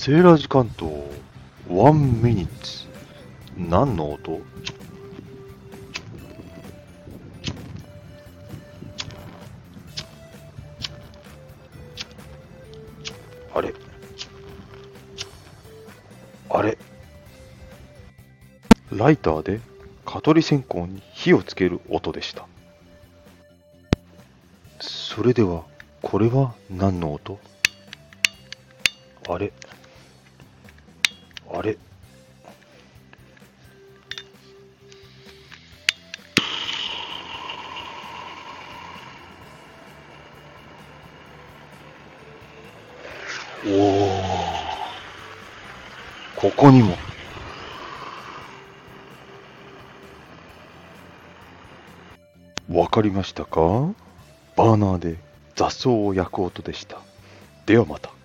セーラー時間と1ミニッツ。何の音？あれあれ、ライターで蚊取り線香に火をつける音でした。それではこれは何の音？あれあれ、おお、ここにも。わかりましたか？バーナーで雑草を焼く音でした。ではまた。